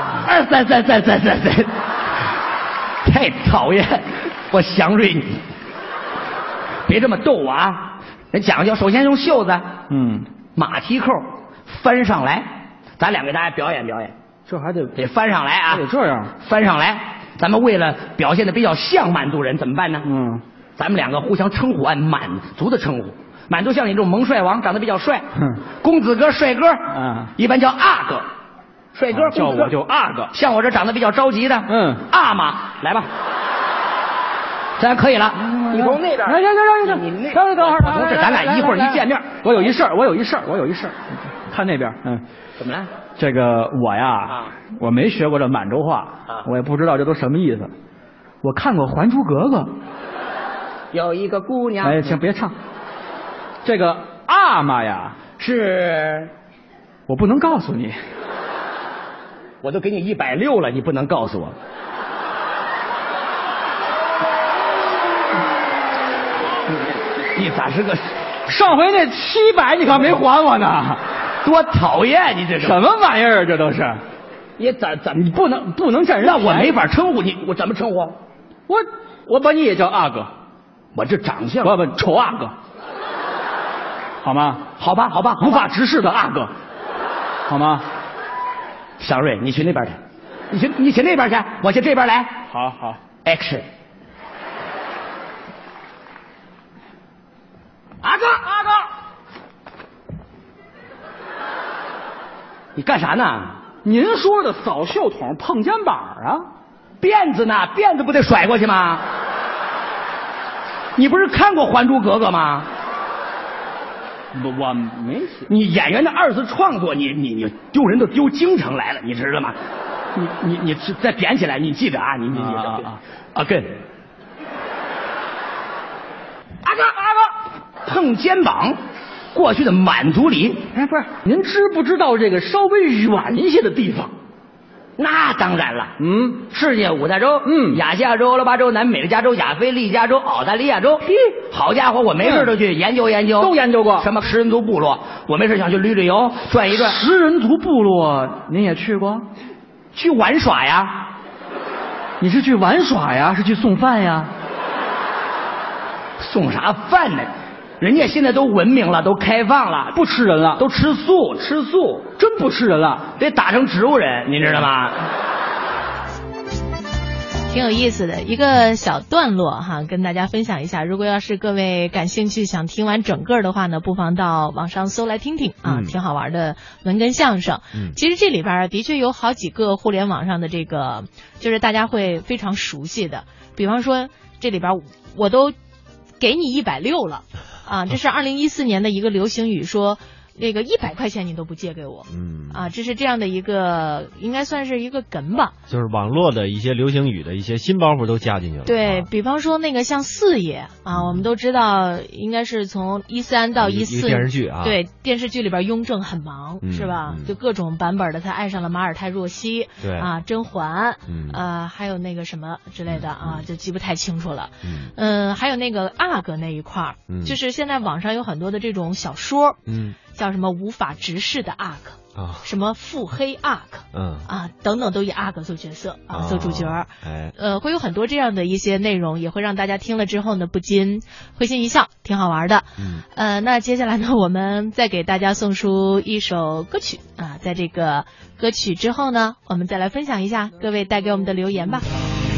23333，太讨厌！我想蕊你，别这么逗我啊！人讲究，首先用袖子，马蹄扣翻上来，咱俩给大家表演表演。 这还得翻上来啊！ 得这样翻上来。咱们为了表现的比较像满族人，怎么办呢？咱们两个互相称呼，按满族的称呼。满族像你这种萌帅王，长得比较帅，公子哥、帅哥，一般叫阿哥。帅哥， 叫我就阿哥。 像我这长得比较着急的，阿妈，来吧，咱可以了。你从那边， 行， 你那， 等会儿， 同志，咱俩一会儿一见面， 我有一事儿，看那边， 怎么了？ 这个我呀，我没学过这满洲话，我也不知道这都什么意思。我看过《还珠格格》， 有一个姑娘。 哎，请别唱。这个阿玛呀， 是， 我不能告诉你。 我都给你160了，你不能告诉我。你咋是个？ 上回那700你可没还我呢。 多讨厌你这是什么玩意儿？这都是， 你怎你不能占人？ 那我没法称呼你，我怎么称呼？ 我把你也叫阿哥， 我这长相不丑阿哥，好吗？ 好吧， 无法直视的阿哥，好吗？ 祥瑞，你去那边去，你去那边去，我去这边来。 好 ，Action！ 阿哥。你干啥呢？ 您说的扫袖筒碰肩膀啊？ 辫子呢？辫子不得甩过去吗？你不是看过《还珠格格》吗？ 我没写。 你演员的2次创作，你丢人都丢京城来了，你知道吗？你再点起来，你记得啊，你跟阿哥碰肩膀。过去的满族里， 不是您知不知道这个稍微远一些的地方？ 那当然了，世界5大洲，亚细亚洲、欧罗巴洲、南美加州、亚非利加州、澳大利亚州。好家伙，我没事都去研究研究， 都研究过。 什么食人族部落，我没事想去旅游转一转。 食人族部落您也去过？ 去玩耍呀？ 你是去玩耍呀？是去送饭呀？ 送啥饭呢？人家现在都文明了，都开放了， 不吃人了， 都吃素， 真不吃人了， 得打成植物人，你知道吗？ 挺有意思的一个小段落哈，跟大家分享一下。如果要是各位感兴趣，想听完整个的话呢，不妨到网上搜来听听啊，挺好玩的文哏相声。其实这里边的确有好几个互联网上的这个，就是大家会非常熟悉的，比方说这里边我都给你160了。啊，这是2014年的一个流行语，说那个100块钱你都不借给我，这是这样的一个，应该算是一个梗吧， 就是网络的一些流行语的一些新包袱都加进去了。 对，比方说那个像四爷啊，我们都知道应该是从13到14 电视剧啊， 对，电视剧里边雍正很忙，是吧？就各种版本的，他爱上了马尔泰若曦， 对啊，甄嬛，还有那个什么之类的啊，就记不太清楚了。还有那个阿哥那一块儿，就是现在网上有很多的这种小说，叫什么无法直视的阿哥啊，什么腹黑阿哥，等等，都以阿哥做角色啊，做主角。会有很多这样的一些内容，也会让大家听了之后呢，不禁会心一笑，挺好玩的。那接下来呢，我们再给大家送出一首歌曲啊，在这个歌曲之后呢，我们再来分享一下各位带给我们的留言吧。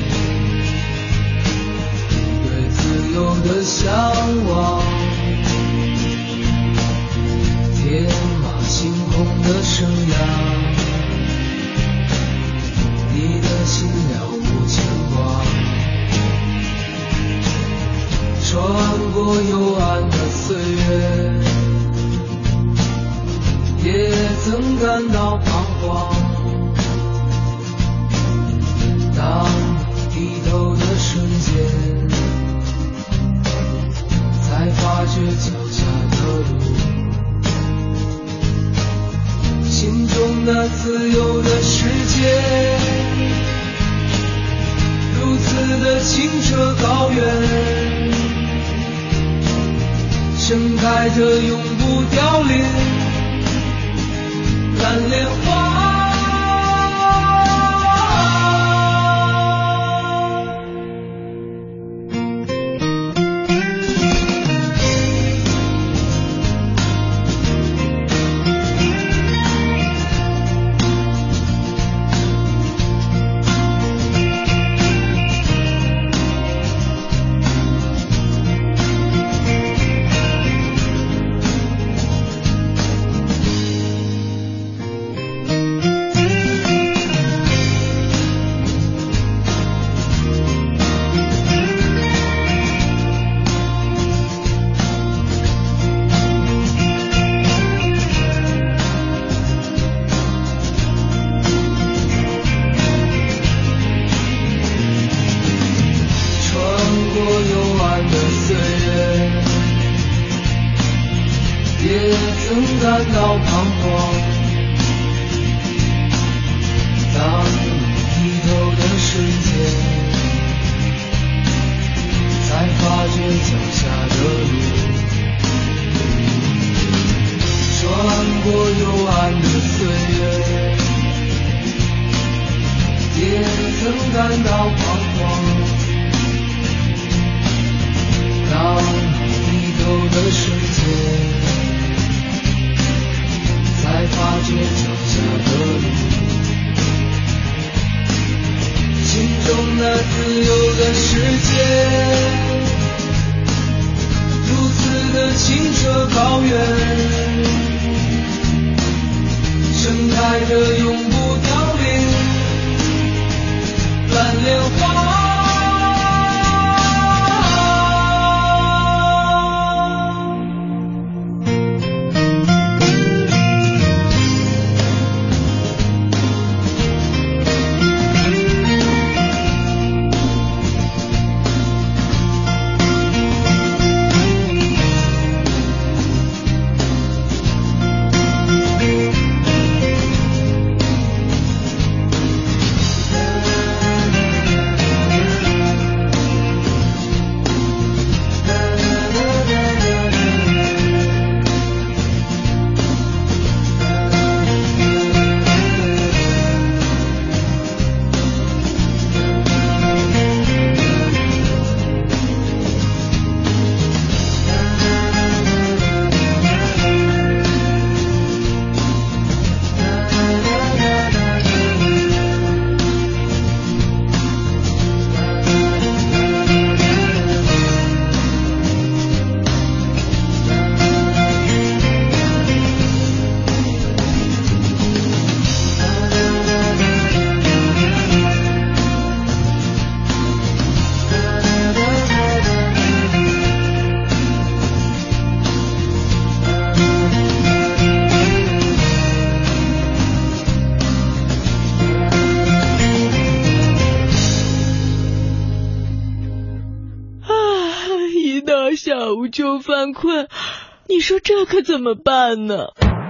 对自由的向往，天马行空的生涯，你的心了无牵挂，穿过幽暗的岁月，也曾感到彷徨。当你低头的瞬间，才发觉脚下的路，心中那自由的世界，如此的清澈高远，盛开着永不凋零蓝莲花。 也曾感到彷徨。当低头的瞬间，才发觉脚下的路，穿过幽暗的岁月，也曾感到彷徨。当低头的瞬间，才发觉脚下的路，心中那自由的世界，如此的清澈高远，盛开着永不凋零蓝莲花。 就犯困，你说这可怎么办呢？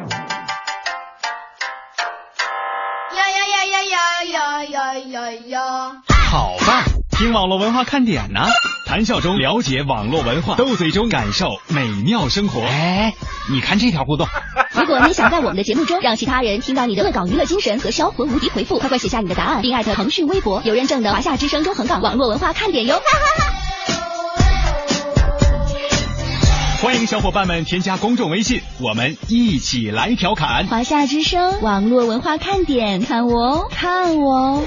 呀！好办，听网络文化看点呢，谈笑中了解网络文化，斗嘴中感受美妙生活。哎，你看这条互动。 如果你想在我们的节目中让其他人听到你的恶搞娱乐精神和销魂无敌回复，快快写下你的答案，并艾特腾讯微博有认证的华夏之声中横岗网络文化看点哟。 欢迎小伙伴们添加公众微信，我们一起来调侃华夏之声网络文化看点，看我哦，看我哦。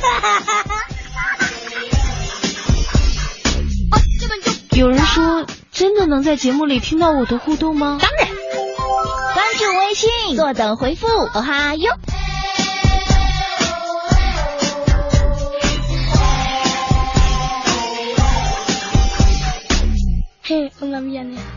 有人说真的能在节目里听到我的互动吗？ 当然，关注微信，坐等回复，哦哈哟。 嘿，我那边呢？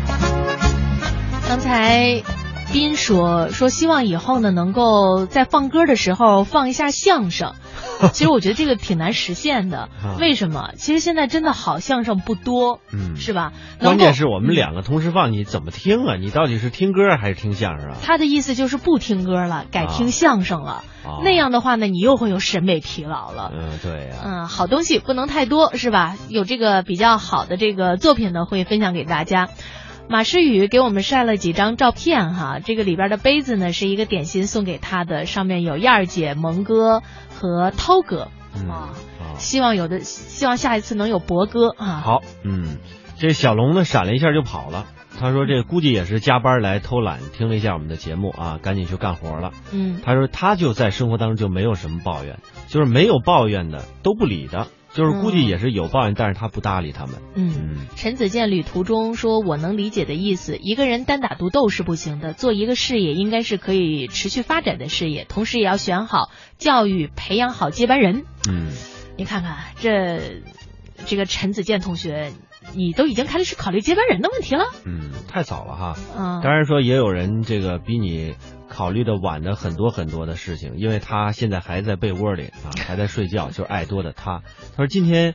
刚才斌说希望以后呢能够在放歌的时候放一下相声，其实我觉得这个挺难实现的。为什么？其实现在真的好相声不多，是吧？ 关键是我们两个同时放，你怎么听啊？你到底是听歌还是听相声啊？ 他的意思就是不听歌了，改听相声了。那样的话呢，你又会有审美疲劳了。 对呀。 好东西不能太多，是吧？有这个比较好的这个作品呢，会分享给大家。马诗雨给我们晒了几张照片哈，这个里边的杯子呢是一个点心送给他的，上面有燕儿姐、蒙哥和涛哥。希望下一次能有博哥啊。 好，这小龙呢闪了一下就跑了。他说这估计也是加班来偷懒，听了一下我们的节目啊，赶紧去干活了。他说他就在生活当中就没有什么抱怨，就是没有抱怨的都不理的。就是估计也是有抱怨，但是他不搭理他们。 陈子健旅途中说，我能理解的意思，一个人单打独斗是不行的，做一个事业应该是可以持续发展的事业，同时也要选好教育，培养好接班人。你看看这个陈子健同学，你都已经开始考虑接班人的问题了。 太早了哈。当然说也有人这个比你考虑的晚的很多很多的事情，因为他现在还在被窝里啊，还在睡觉，就是爱多的他。他说今天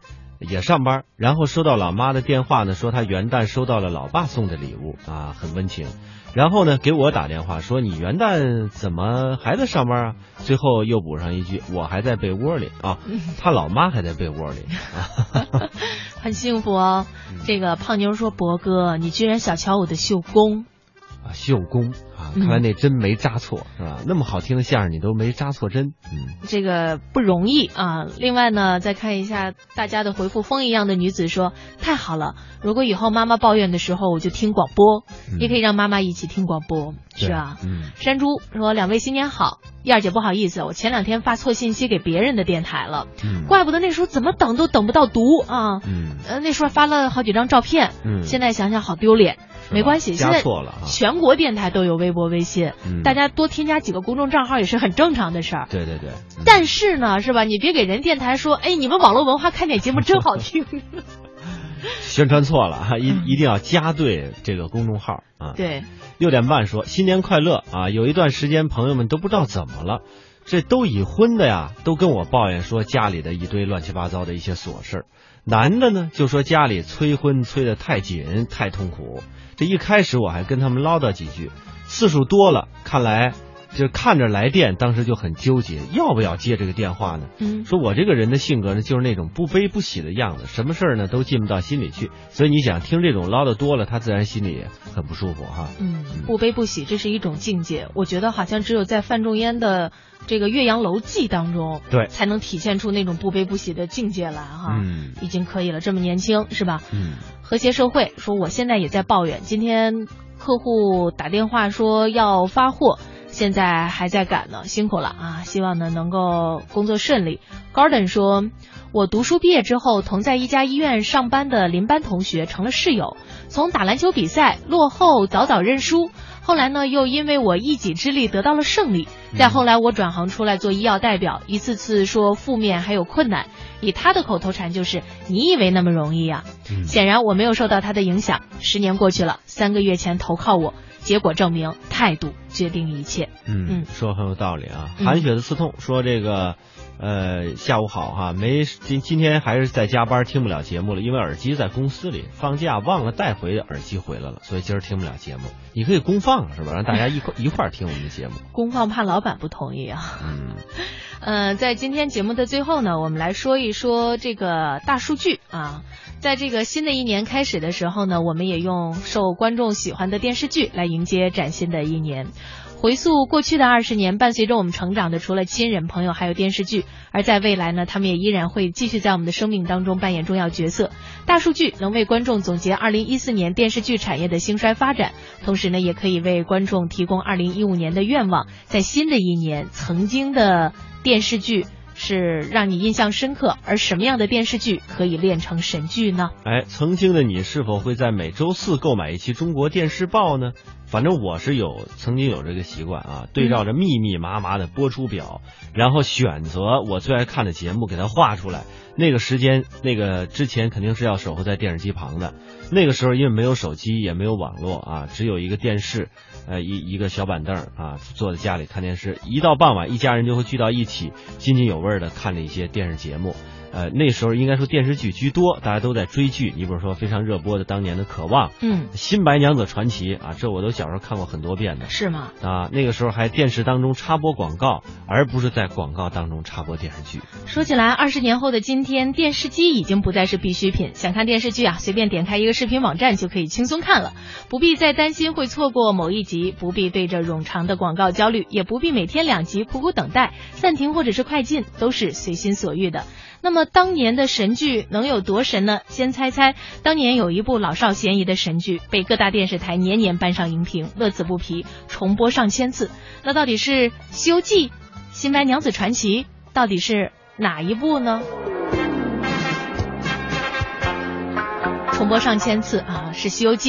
也上班，然后收到老妈的电话呢，说她元旦收到了老爸送的礼物啊，很温情。然后呢，给我打电话说你元旦怎么还在上班啊？最后又补上一句我还在被窝里啊，他老妈还在被窝里啊， 很幸福哦。这个胖妞说博哥，你居然小瞧我的绣工啊，绣工啊，看来那针没扎错是吧？那么好听的相声你都没扎错针， 这个不容易啊。另外呢，再看一下大家的回复，风一样的女子说太好了，如果以后妈妈抱怨的时候我就听广播，也可以让妈妈一起听广播，是吧？山猪说两位新年好，燕儿姐不好意思，我前2天发错信息给别人的电台了，怪不得那时候怎么等都等不到读啊，那时候发了好几张照片，现在想想好丢脸。没关系，现在全国电台都有微博微信，大家多添加几个公众账号也是很正常的事儿。 对对对。 但是呢，是吧？你别给人电台说，哎，你们网络文化看点节目真好听。 宣传错了哈，一定要加对这个公众号啊。 对。 6点半说新年快乐啊！有一段时间朋友们都不知道怎么了，这都已婚的呀，都跟我抱怨说家里的一堆乱七八糟的一些琐事，男的呢就说家里催婚催得太紧太痛苦。这一开始我还跟他们唠叨几句，次数多了，看来就看着来电，当时就很纠结，要不要接这个电话呢？说我这个人的性格呢，就是那种不悲不喜的样子，什么事儿呢都进不到心里去，所以你想听这种唠叨多了，他自然心里也很不舒服哈。 不悲不喜，这是一种境界，我觉得好像只有在范仲淹的这个《岳阳楼记》当中， 对， 才能体现出那种不悲不喜的境界来哈。已经可以了，这么年轻是吧？和谐社会说我现在也在抱怨，今天客户打电话说要发货，现在还在赶呢，辛苦了啊！希望呢能够工作顺利。Gordon 说，我读书毕业之后，同在一家医院上班的邻班同学成了室友，从打篮球比赛落后早早认输，后来呢又因为我一己之力得到了胜利，再后来我转行出来做医药代表，一次次说负面还有困难，以他的口头禅就是你以为那么容易啊？显然我没有受到他的影响，10年过去了，3个月前投靠我，结果证明态度决定一切。 说很有道理啊。寒雪的刺痛说这个下午好哈，今天还是在加班，听不了节目了，因为耳机在公司里，放假忘了带回耳机回来了，所以今儿听不了节目。你可以公放是吧？让大家一块听我们的节目。 公放怕老板不同意啊。在今天节目的最后呢，我们来说一说这个大数据啊。在这个新的一年开始的时候呢，我们也用受观众喜欢的电视剧来迎接崭新的一年。回溯过去的20年，伴随着我们成长的除了亲人、朋友，还有电视剧。而在未来呢，他们也依然会继续在我们的生命当中扮演重要角色。大数据能为观众总结2014年电视剧产业的兴衰发展，同时呢，也可以为观众提供2015年的愿望。在新的一年，曾经的电视剧是让你印象深刻，而什么样的电视剧可以练成神剧呢？ 曾经的你是否会在每周4购买一期中国电视报呢？反正我是曾经有这个习惯啊，对照着密密麻麻的播出表，然后选择我最爱看的节目给它画出来。那个时间那个之前肯定是要守候在电视机旁的，那个时候因为没有手机也没有网络啊，只有一个电视，一个小板凳啊，坐在家里看电视，一到傍晚一家人就会聚到一起，津津有味的看着一些电视节目。那时候应该说电视剧居多，大家都在追剧。你比如说非常热播的当年的《渴望》，新白娘子传奇啊，这我都小时候看过很多遍的。 是吗？ 啊，那个时候还电视当中插播广告，而不是在广告当中插播电视剧。 说起来，20年后的今天，电视机已经不再是必需品。想看电视剧啊，随便点开一个视频网站就可以轻松看了，不必再担心会错过某一集，不必对着冗长的广告焦虑，也不必每天2集苦苦等待，暂停或者是快进都是随心所欲的。那么当年的神剧能有多神呢？先猜猜，当年有一部老少咸宜的神剧，被各大电视台年年搬上荧屏，乐此不疲，重播上千次。那到底是《西游记》、《新白娘子传奇》，到底是哪一部呢？重播上千次啊，是《西游记》。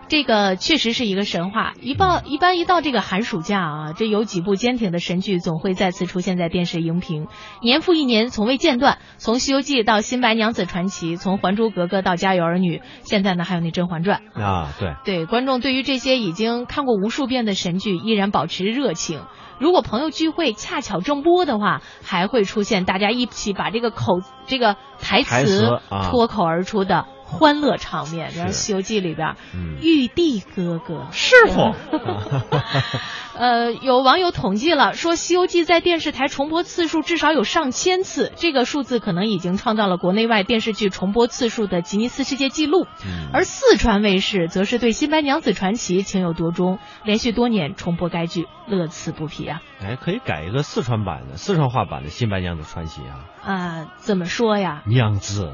这个确实是一个神话。一般一到这个寒暑假啊，这有几部坚挺的神剧总会再次出现在电视荧屏，年复一年，从未间断。从《西游记》到《新白娘子传奇》，从《还珠格格》到《家有儿女》，现在呢还有那《甄嬛传》 啊， 对，观众对于这些已经看过无数遍的神剧依然保持热情。如果朋友聚会恰巧正播的话，还会出现大家一起把这个台词脱口而出的欢乐场面。然后《西游记》里边，玉帝哥哥师傅， 有网友统计了，说《西游记》在电视台重播次数至少有上千次，这个数字可能已经创造了国内外电视剧重播次数的吉尼斯世界纪录。而四川卫视则是对《新白娘子传奇》情有独钟，连续多年重播该剧，乐此不疲啊！ 可以改一个四川话版的《新白娘子传奇》啊。 怎么说呀？ 娘子。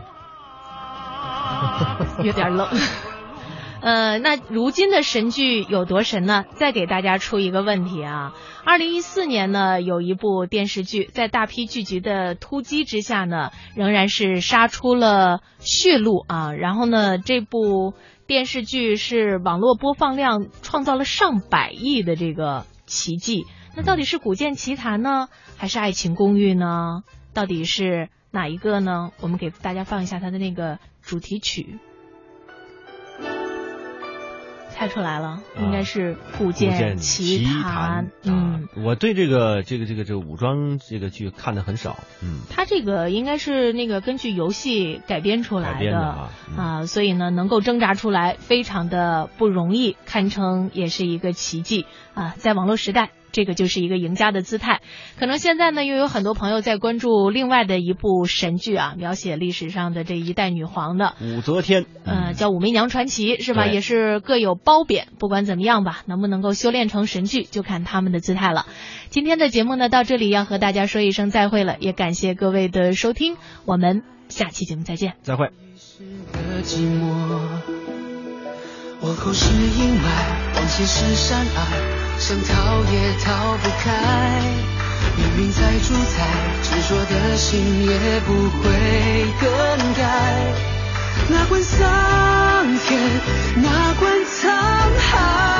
有点冷。那如今的神剧有多神呢？再给大家出一个问题啊。2014年呢，有一部电视剧在大批剧集的突击之下呢，仍然是杀出了血路啊。然后呢，这部电视剧是网络播放量创造了上百亿的这个奇迹。那到底是古剑奇谭呢，还是爱情公寓呢？到底是哪一个呢？我们给大家放一下它的那个主题曲。猜出来了，应该是古剑奇谭。 我对这个武装这个剧看的很少。 它这个应该是那个根据游戏改编出来的所以呢能够挣扎出来非常的不容易，堪称也是一个奇迹啊！在网络时代，这个就是一个赢家的姿态。可能现在呢又有很多朋友在关注另外的一部神剧啊，描写历史上的这一代女皇的武则天， 叫《武媚娘传奇》是吧？也是各有褒贬。不管怎么样吧，能不能够修炼成神剧，就看他们的姿态了。今天的节目呢到这里要和大家说一声再会了，也感谢各位的收听，我们下期节目再见。 再会。 往后是阴霾，往前是山隘，想逃也逃不开。明明在主宰，执着的心也不会更改。哪管桑田，哪管沧海。